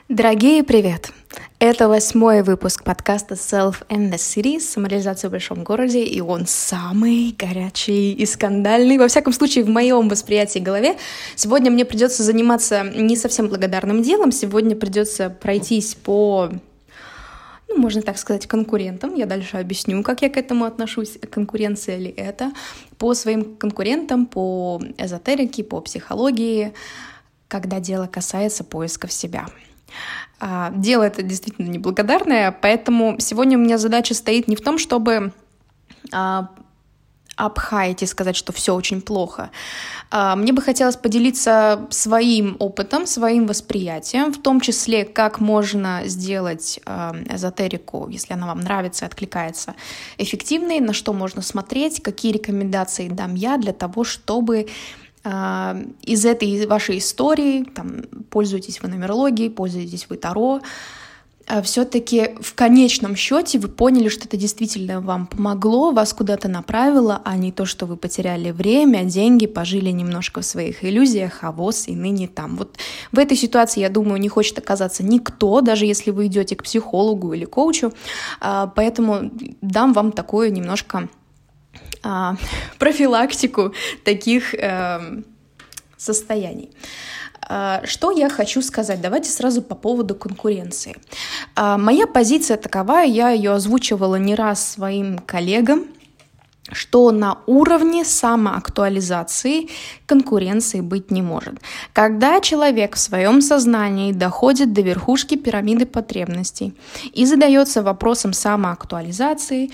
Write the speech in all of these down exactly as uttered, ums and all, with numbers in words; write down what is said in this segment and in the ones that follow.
Дорогие, привет! Это восьмой выпуск подкаста Self and the City, самореализация в большом городе, и он самый горячий и скандальный, во всяком случае, в моем восприятии голове. Сегодня мне придется заниматься не совсем благодарным делом, сегодня придется пройтись по, ну, можно так сказать, конкурентам. Я дальше объясню, как я к этому отношусь, конкуренция ли это, по своим конкурентам, по эзотерике, по психологии, когда дело касается поисков себя. Дело это действительно неблагодарное, поэтому сегодня у меня задача стоит не в том, чтобы а, обхаять и сказать, что все очень плохо. А, мне бы хотелось поделиться своим опытом, своим восприятием, в том числе, как можно сделать а, эзотерику, если она вам нравится, откликается, эффективной, на что можно смотреть, какие рекомендации дам я для того, чтобы из этой вашей истории, там, пользуетесь вы нумерологией, пользуетесь вы таро, все-таки в конечном счете вы поняли, что это действительно вам помогло, вас куда-то направило, а не то, что вы потеряли время, деньги, пожили немножко в своих иллюзиях, а воз и ныне там. Вот в этой ситуации, я думаю, не хочет оказаться никто, даже если вы идете к психологу или коучу, поэтому дам вам такое немножко А, профилактику таких э, состояний. А, что я хочу сказать? Давайте сразу по поводу конкуренции. А, моя позиция такова, я ее озвучивала не раз своим коллегам, что на уровне самоактуализации конкуренции быть не может. Когда человек в своем сознании доходит до верхушки пирамиды потребностей и задается вопросом самоактуализации,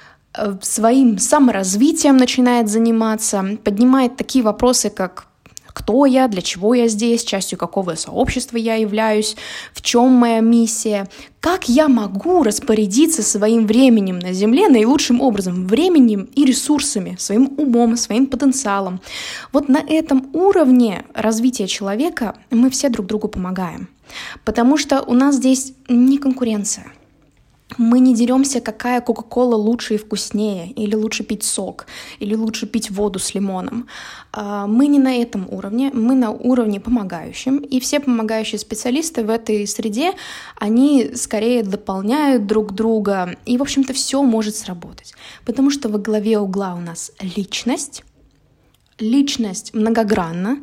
своим саморазвитием начинает заниматься, поднимает такие вопросы, как кто я, для чего я здесь, частью какого сообщества я являюсь, в чем моя миссия, как я могу распорядиться своим временем на Земле наилучшим образом, временем и ресурсами, своим умом, своим потенциалом. Вот на этом уровне развития человека мы все друг другу помогаем, потому что у нас здесь не конкуренция. Мы не деремся, какая Кока-Кола лучше и вкуснее, или лучше пить сок, или лучше пить воду с лимоном. Мы не на этом уровне, мы на уровне помогающем, и все помогающие специалисты в этой среде, они скорее дополняют друг друга, и, в общем-то, все может сработать. Потому что во главе угла у нас личность, личность многогранна,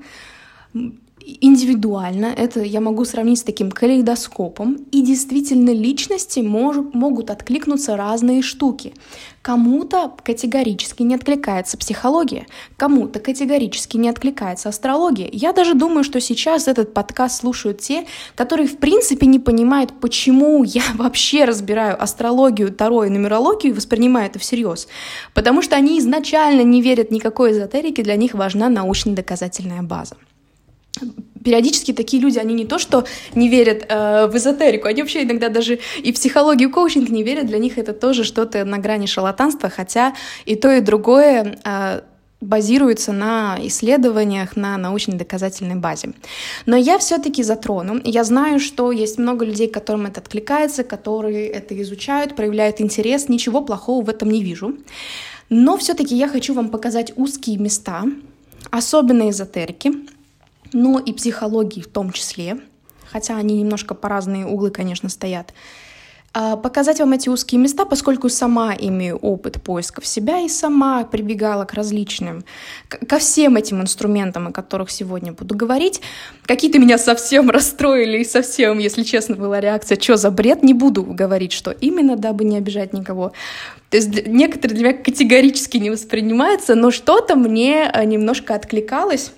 индивидуально, это я могу сравнить с таким калейдоскопом, и действительно личности мож, могут откликнуться разные штуки. Кому-то категорически не откликается психология, кому-то категорически не откликается астрология. Я даже думаю, что сейчас этот подкаст слушают те, которые в принципе не понимают, почему я вообще разбираю астрологию, таро и нумерологию и воспринимаю это всерьез. Потому что они изначально не верят никакой эзотерике, для них важна научно-доказательная база. Периодически такие люди, они не то что не верят э, в эзотерику, они вообще иногда даже и в психологию, и коучинг не верят, для них это тоже что-то на грани шарлатанства, хотя и то, и другое э, базируется на исследованиях, на научно-доказательной базе. Но я все-таки затрону, я знаю, что есть много людей, которым это откликается, которые это изучают, проявляют интерес, ничего плохого в этом не вижу. Но все-таки я хочу вам показать узкие места, особенно эзотерики, но и психологии в том числе, хотя они немножко по разные углы, конечно, стоят. Показать вам эти узкие места, поскольку сама имею опыт поисков себя и сама прибегала к различным, ко всем этим инструментам, о которых сегодня буду говорить. Какие-то меня совсем расстроили, и совсем, если честно, была реакция, что за бред, не буду говорить, что именно, дабы не обижать никого. То есть некоторые для меня категорически не воспринимаются, но что-то мне немножко откликалось.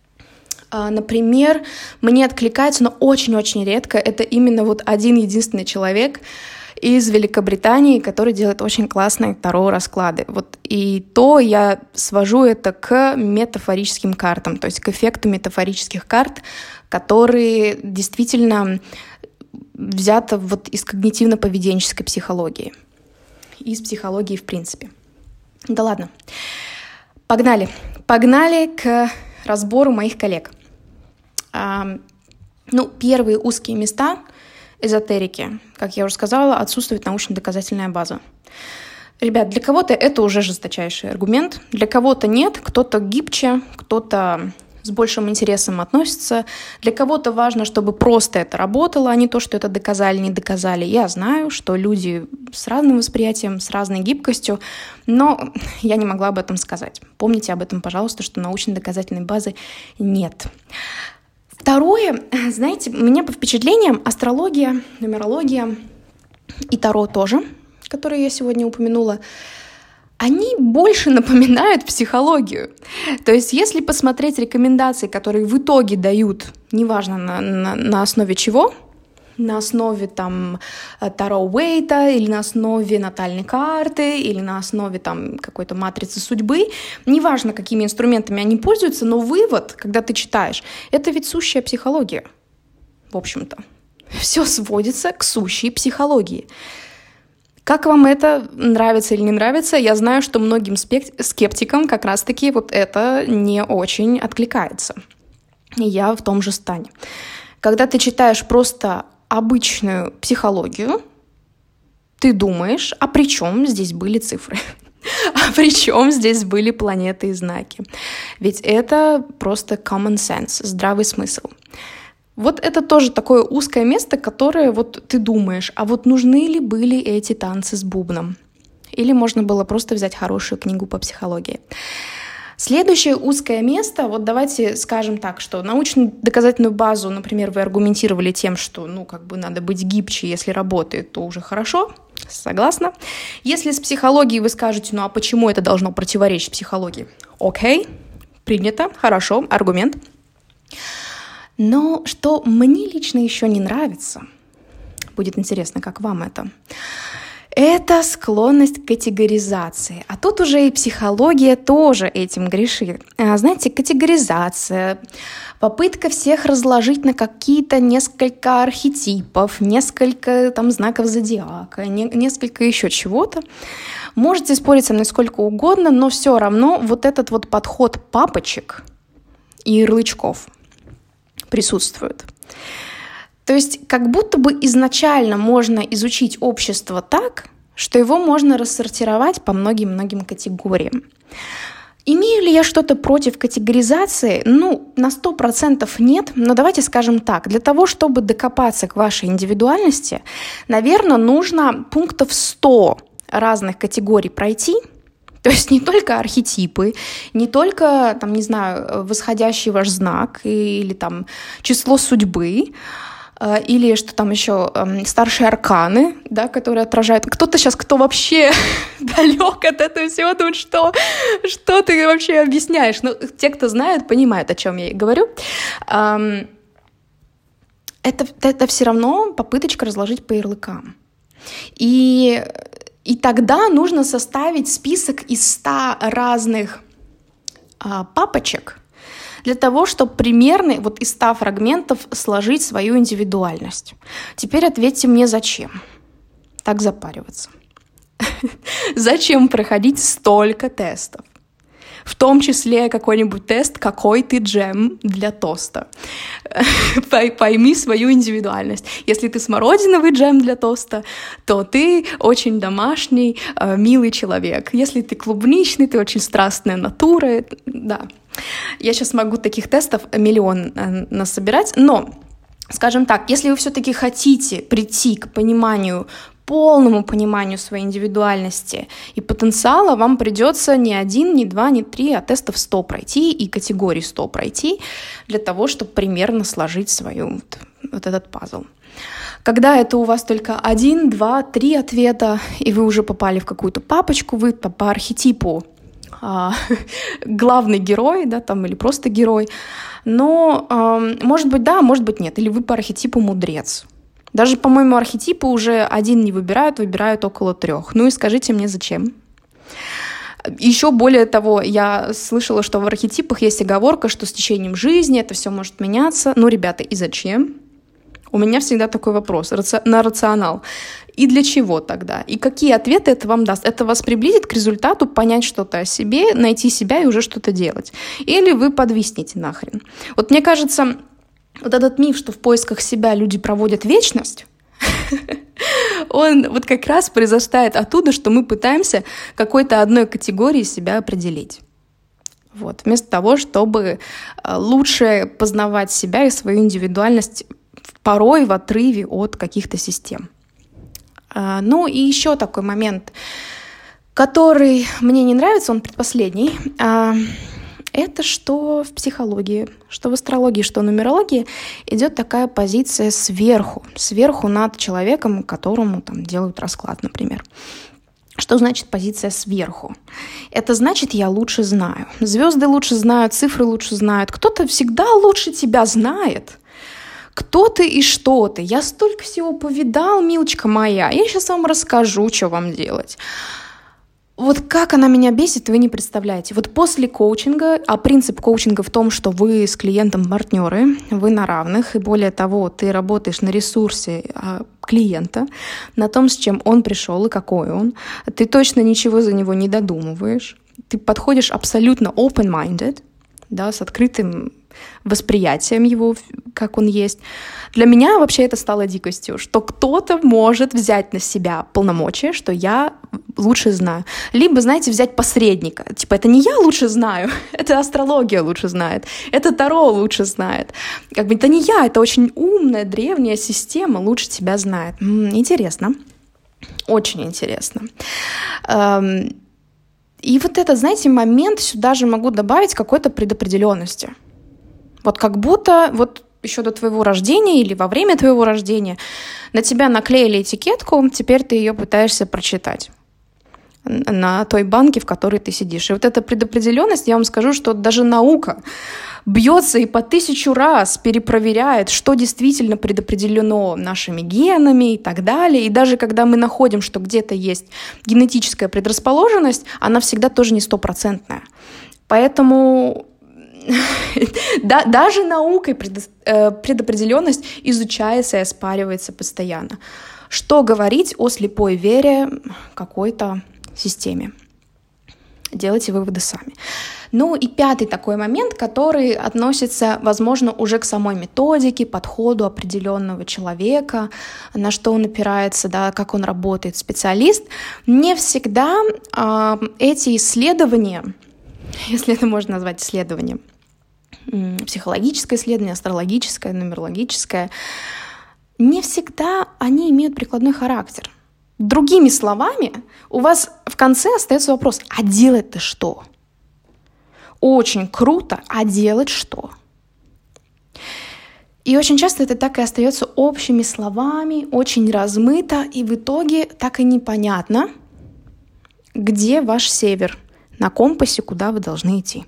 Например, мне откликается, но очень-очень редко, это именно вот один единственный человек из Великобритании, который делает очень классные таро-расклады. Вот и то я свожу это к метафорическим картам, то есть к эффекту метафорических карт, которые действительно взяты вот из когнитивно-поведенческой психологии, из психологии в принципе. Да ладно, погнали, погнали к разбору моих коллег. А, ну, первые узкие места эзотерики, как я уже сказала, отсутствует научно-доказательная база. Ребят, для кого-то это уже жесточайший аргумент, для кого-то нет, кто-то гибче, кто-то с большим интересом относятся. Для кого-то важно, чтобы просто это работало, а не то, что это доказали, не доказали. Я знаю, что люди с разным восприятием, с разной гибкостью, но я не могла об этом сказать. Помните об этом, пожалуйста, что научно-доказательной базы нет. Второе, знаете, у меня по впечатлениям астрология, нумерология и таро тоже, которые я сегодня упомянула, они больше напоминают психологию. То есть если посмотреть рекомендации, которые в итоге дают, неважно на, на, на основе чего, на основе там Таро Уэйта или на основе натальной карты или на основе там какой-то матрицы судьбы, неважно, какими инструментами они пользуются, но вывод, когда ты читаешь, это ведь сущая психология, в общем-то. Все сводится к сущей психологии. Как вам это нравится или не нравится? Я знаю, что многим скептикам как раз-таки вот это не очень откликается. И я в том же стане. Когда ты читаешь просто обычную психологию, ты думаешь, а при чем здесь были цифры? А при чем здесь были планеты и знаки? Ведь это просто common sense, здравый смысл. Вот это тоже такое узкое место, которое вот ты думаешь, а вот нужны ли были эти танцы с бубном? Или можно было просто взять хорошую книгу по психологии? Следующее узкое место, вот давайте скажем так, что научно-доказательную базу, например, вы аргументировали тем, что, ну, как бы надо быть гибче, если работает, то уже хорошо, согласна. Если с психологией вы скажете, ну, а почему это должно противоречить психологии? Окей, принято, хорошо, аргумент. Но что мне лично еще не нравится, будет интересно, как вам это, это склонность к категоризации. А тут уже и психология тоже этим грешит. Знаете, категоризация, попытка всех разложить на какие-то несколько архетипов, несколько там знаков зодиака, не, несколько еще чего-то. Можете спорить со мной сколько угодно, но все равно вот этот вот подход папочек и ярлычков присутствует. То есть как будто бы изначально можно изучить общество так, что его можно рассортировать по многим-многим категориям. Имею ли я что-то против категоризации? Ну, на сто процентов нет, но давайте скажем так. Для того, чтобы докопаться к вашей индивидуальности, наверное, нужно пунктов сто разных категорий пройти. То есть не только архетипы, не только, там, не знаю, восходящий ваш знак или там число судьбы, или что там еще, старшие арканы, да, которые отражают. Кто-то сейчас, кто вообще далек от этого всего, думает, что, что ты вообще объясняешь. Ну, те, кто знают, понимают, о чем я говорю. Это, это все равно попыточка разложить по ярлыкам. И, и тогда нужно составить список из ста разных а, папочек, для того, чтобы примерно вот из ста фрагментов сложить свою индивидуальность. Теперь ответьте мне, зачем так запариваться? Зачем проходить столько тестов? В том числе какой-нибудь тест «Какой ты джем для тоста?». Пойми свою индивидуальность. Если ты смородиновый джем для тоста, то ты очень домашний, милый человек. Если ты клубничный, ты очень страстная натура. Да. Я сейчас могу таких тестов миллион насобирать, но, скажем так, если вы все-таки хотите прийти к пониманию, полному пониманию своей индивидуальности и потенциала, вам придется не один, не два, не три, а тестов сто пройти и категорий сто пройти для того, чтобы примерно сложить свою вот, вот этот пазл. Когда это у вас только один, два, три ответа, и вы уже попали в какую-то папочку, вы по, по архетипу а, главный герой, да, там, или просто герой, но а, может быть да, может быть нет, или вы по архетипу мудрец. Даже, по-моему, архетипы уже один не выбирают, выбирают около трех. Ну и скажите мне, зачем? Еще более того, я слышала, что в архетипах есть оговорка, что с течением жизни это все может меняться. Ну, ребята, и зачем? У меня всегда такой вопрос на рационал. И для чего тогда? И какие ответы это вам даст? Это вас приблизит к результату понять что-то о себе, найти себя и уже что-то делать? Или вы подвиснете нахрен? Вот мне кажется, вот этот миф, что в поисках себя люди проводят вечность, он вот как раз произрастает оттуда, что мы пытаемся какой-то одной категории себя определить. Вот, вместо того, чтобы лучше познавать себя и свою индивидуальность порой в отрыве от каких-то систем. Ну и еще такой момент, который мне не нравится, он предпоследний. Это что в психологии, что в астрологии, что в нумерологии идет такая позиция сверху, сверху над человеком, которому там делают расклад, например. Что значит позиция сверху? Это значит, я лучше знаю. Звезды лучше знают, цифры лучше знают. Кто-то всегда лучше тебя знает. Кто ты и что ты? Я столько всего повидал, милочка моя. Я сейчас вам расскажу, что вам делать. Вот как она меня бесит, вы не представляете. Вот после коучинга, а принцип коучинга в том, что вы с клиентом партнеры, вы на равных, и более того, ты работаешь на ресурсе клиента, на том, с чем он пришел и какой он. Ты точно ничего за него не додумываешь. Ты подходишь абсолютно open-minded, да, с открытым восприятием его, как он есть. Для меня вообще это стало дикостью, что кто-то может взять на себя полномочия, что я лучше знаю. Либо, знаете, взять посредника. Типа, это не я лучше знаю, это астрология лучше знает, это Таро лучше знает. Как бы это не я, это очень умная, древняя система лучше тебя знает. М-м, интересно. Очень интересно. Эм- и вот этот, знаете, момент сюда же могу добавить какой-то предопределенности. Вот как будто вот еще до твоего рождения или во время твоего рождения на тебя наклеили этикетку, теперь ты ее пытаешься прочитать на той банке, в которой ты сидишь. И вот эта предопределенность, я вам скажу, что даже наука бьется и по тысячу раз перепроверяет, что действительно предопределено нашими генами и так далее. И даже когда мы находим, что где-то есть генетическая предрасположенность, она всегда тоже не стопроцентная. Поэтому да, даже наукой предопределенность изучается и оспаривается постоянно. Что говорить о слепой вере какой-то системе? Делайте выводы сами. Ну и пятый такой момент, который относится, возможно, уже к самой методике, подходу определенного человека, на что он опирается, да, как он работает, специалист. Не всегда э, эти исследования, если это можно назвать исследованием, психологическое исследование, астрологическое, нумерологическое, не всегда они имеют прикладной характер. Другими словами, у вас в конце остается вопрос, а делать-то что? Очень круто, а делать что? И очень часто это так и остается общими словами, очень размыто, и в итоге так и непонятно, где ваш север на компасе, куда вы должны идти.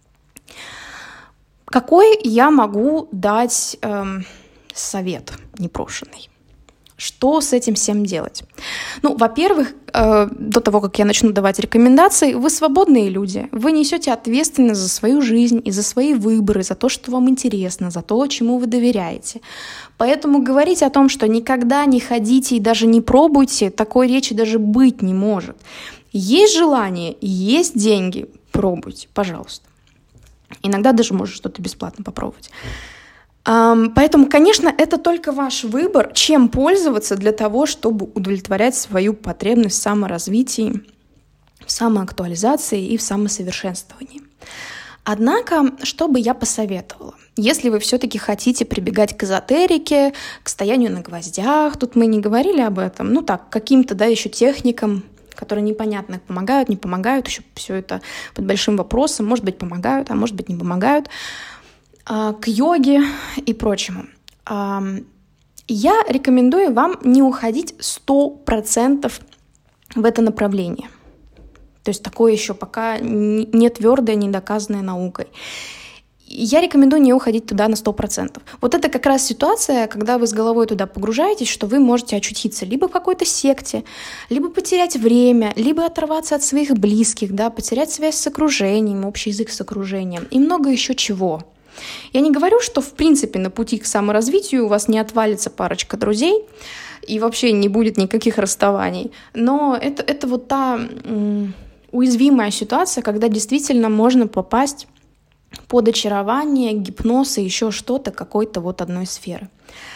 Какой я могу дать эм, совет непрошенный? Что с этим всем делать? Ну, во-первых, э, до того, как я начну давать рекомендации, вы свободные люди. Вы несете ответственность за свою жизнь и за свои выборы, за то, что вам интересно, за то, чему вы доверяете. Поэтому говорить о том, что никогда не ходите и даже не пробуйте, такой речи даже быть не может. Есть желание, есть деньги, пробуйте, пожалуйста. Иногда даже можно что-то бесплатно попробовать. Поэтому, конечно, это только ваш выбор, чем пользоваться для того, чтобы удовлетворять свою потребность в саморазвитии, в самоактуализации и в самосовершенствовании. Однако, что бы я посоветовала? Если вы все-таки хотите прибегать к эзотерике, к стоянию на гвоздях, тут мы не говорили об этом, ну так, каким-то, да, еще техникам, которые непонятно помогают, не помогают, еще все это под большим вопросом, может быть, помогают, а может быть, не помогают, к йоге и прочему. Я рекомендую вам не уходить сто процентов в это направление. То есть такое еще пока не твердое, не доказанное наукой. Я рекомендую не уходить туда на сто процентов. Вот это как раз ситуация, когда вы с головой туда погружаетесь, что вы можете очутиться либо в какой-то секте, либо потерять время, либо оторваться от своих близких, да, потерять связь с окружением, общий язык с окружением и много еще чего. Я не говорю, что в принципе на пути к саморазвитию у вас не отвалится парочка друзей и вообще не будет никаких расставаний, но это, это вот та м, уязвимая ситуация, когда действительно можно попасть под очарование, гипноз и еще что-то какой-то вот одной сферы.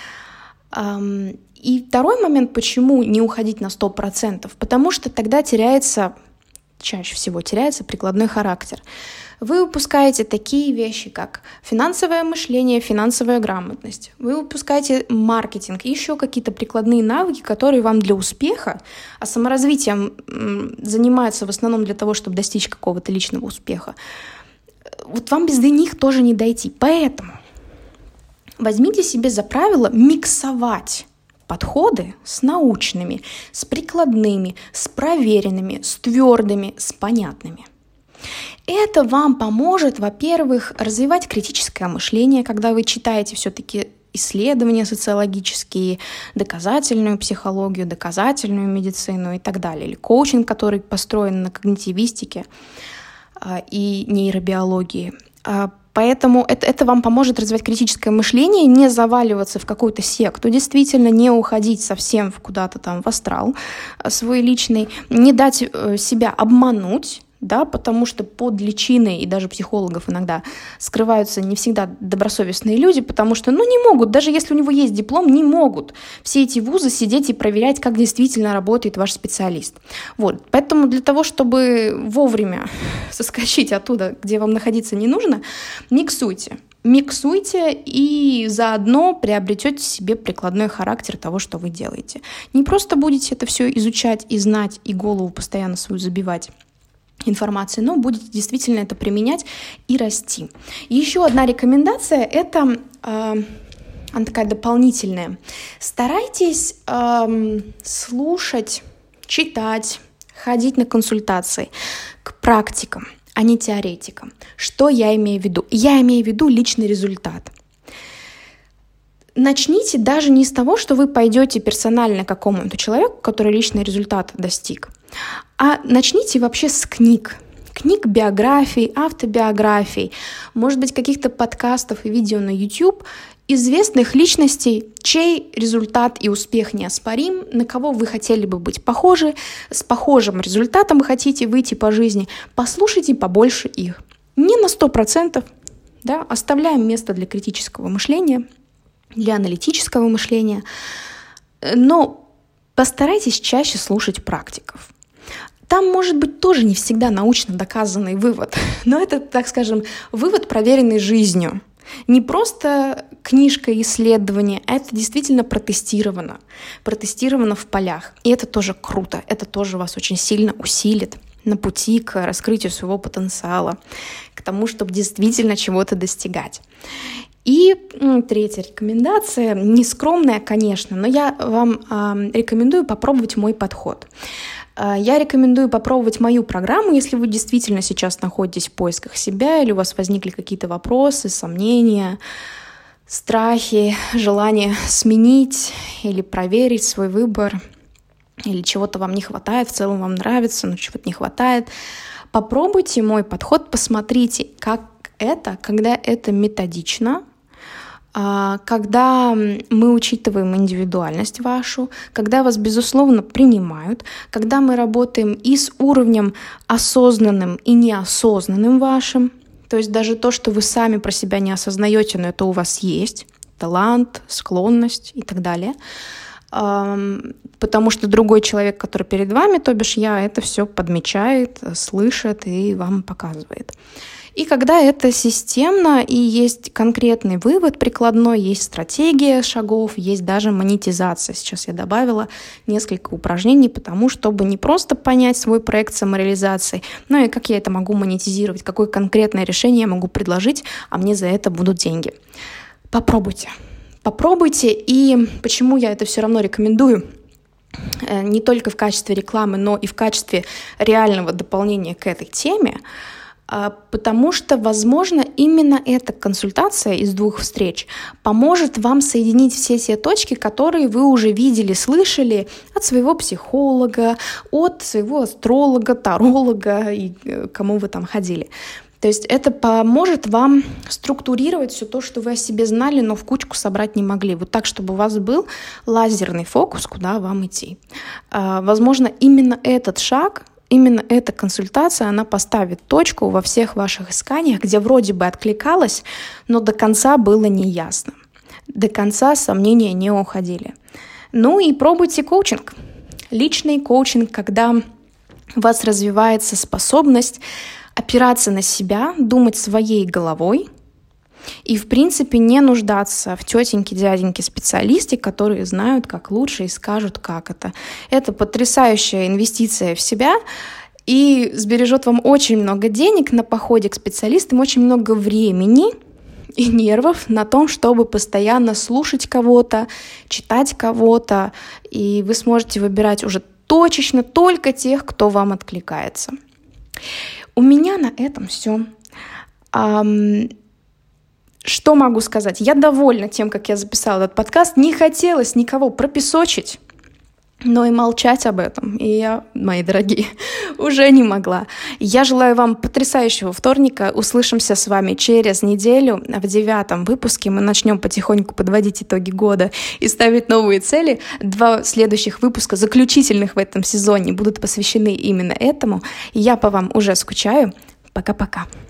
И второй момент, почему не уходить на сто процентов, потому что тогда теряется, чаще всего теряется прикладной характер. Вы упускаете такие вещи, как финансовое мышление, финансовая грамотность. Вы упускаете маркетинг и еще какие-то прикладные навыки, которые вам для успеха, а саморазвитием занимаются в основном для того, чтобы достичь какого-то личного успеха. Вот вам без них тоже не дойти. Поэтому возьмите себе за правило миксовать подходы с научными, с прикладными, с проверенными, с твердыми, с понятными. Это вам поможет, во-первых, развивать критическое мышление, когда вы читаете все-таки исследования социологические, доказательную психологию, доказательную медицину и так далее, или коучинг, который построен на когнитивистике и нейробиологии. Поэтому это, это вам поможет развивать критическое мышление, не заваливаться в какую-то секту, действительно, не уходить совсем куда-то там в астрал свой личный, не дать себя обмануть, да, потому что под личиной, и даже психологов иногда, скрываются не всегда добросовестные люди, потому что, ну, не могут, даже если у него есть диплом, не могут все эти вузы сидеть и проверять, как действительно работает ваш специалист. Вот, поэтому для того, чтобы вовремя соскочить оттуда, где вам находиться не нужно, миксуйте. Миксуйте и заодно приобретете себе прикладной характер того, что вы делаете. Не просто будете это все изучать и знать, и голову постоянно свою забивать информации, но будете действительно это применять и расти. И еще одна рекомендация — это э, она такая дополнительная. Старайтесь э, слушать, читать, ходить на консультации к практикам, а не теоретикам. Что я имею в виду? Я имею в виду личный результат. Начните даже не с того, что вы пойдете персонально к какому-то человеку, который личный результат достиг, а начните вообще с книг. Книг, биографий, автобиографий, может быть, каких-то подкастов и видео на YouTube известных личностей, чей результат и успех неоспорим, на кого вы хотели бы быть похожи, с похожим результатом вы хотите выйти по жизни. Послушайте побольше их. Не на сто процентов, да, оставляем место для критического мышления, для аналитического мышления, но постарайтесь чаще слушать практиков. Там может быть тоже не всегда научно доказанный вывод, но это, так скажем, вывод, проверенный жизнью. Не просто книжка исследования, а это действительно протестировано, протестировано в полях. И это тоже круто, это тоже вас очень сильно усилит на пути к раскрытию своего потенциала, к тому, чтобы действительно чего-то достигать. И третья рекомендация, не скромная, конечно, но я вам э, рекомендую попробовать мой подход. Э, я рекомендую попробовать мою программу, если вы действительно сейчас находитесь в поисках себя, или у вас возникли какие-то вопросы, сомнения, страхи, желание сменить или проверить свой выбор, или чего-то вам не хватает, в целом вам нравится, но чего-то не хватает. Попробуйте мой подход, посмотрите, как это, когда это методично, когда мы учитываем индивидуальность вашу, когда вас, безусловно, принимают, когда мы работаем и с уровнем осознанным и неосознанным вашим, то есть даже то, что вы сами про себя не осознаете, но это у вас есть, талант, склонность и так далее, потому что другой человек, который перед вами, то бишь я, это все подмечает, слышит и вам показывает. И когда это системно и есть конкретный вывод прикладной, есть стратегия шагов, есть даже монетизация. Сейчас я добавила несколько упражнений, потому чтобы не просто понять свой проект самореализации, но и как я это могу монетизировать, какое конкретное решение я могу предложить, а мне за это будут деньги. Попробуйте. Попробуйте, и почему я это все равно рекомендую, не только в качестве рекламы, но и в качестве реального дополнения к этой теме, потому что, возможно, именно эта консультация из двух встреч поможет вам соединить все те точки, которые вы уже видели, слышали от своего психолога, от своего астролога, таролога и кому вы там ходили. То есть это поможет вам структурировать все то, что вы о себе знали, но в кучку собрать не могли. Вот так, чтобы у вас был лазерный фокус, куда вам идти. Возможно, именно этот шаг, именно эта консультация, она поставит точку во всех ваших исканиях, где вроде бы откликалось, но до конца было неясно. До конца сомнения не уходили. Ну и пробуйте коучинг. Личный коучинг, когда у вас развивается способность опираться на себя, думать своей головой и, в принципе, не нуждаться в тетеньке, дяденьке, специалисте, которые знают, как лучше и скажут, как это. Это потрясающая инвестиция в себя и сбережет вам очень много денег на походе к специалистам, очень много времени и нервов на том, чтобы постоянно слушать кого-то, читать кого-то, и вы сможете выбирать уже точечно только тех, кто вам откликается. У меня на этом все. Что могу сказать? Я довольна тем, как я записала этот подкаст. Не хотелось никого пропесочить, но и молчать об этом. И я, мои дорогие, уже не могла. Я желаю вам потрясающего вторника. Услышимся с вами через неделю. В девятом выпуске мы начнем потихоньку подводить итоги года и ставить новые цели. Два следующих выпуска, заключительных в этом сезоне, будут посвящены именно этому. Я по вам уже скучаю. Пока-пока.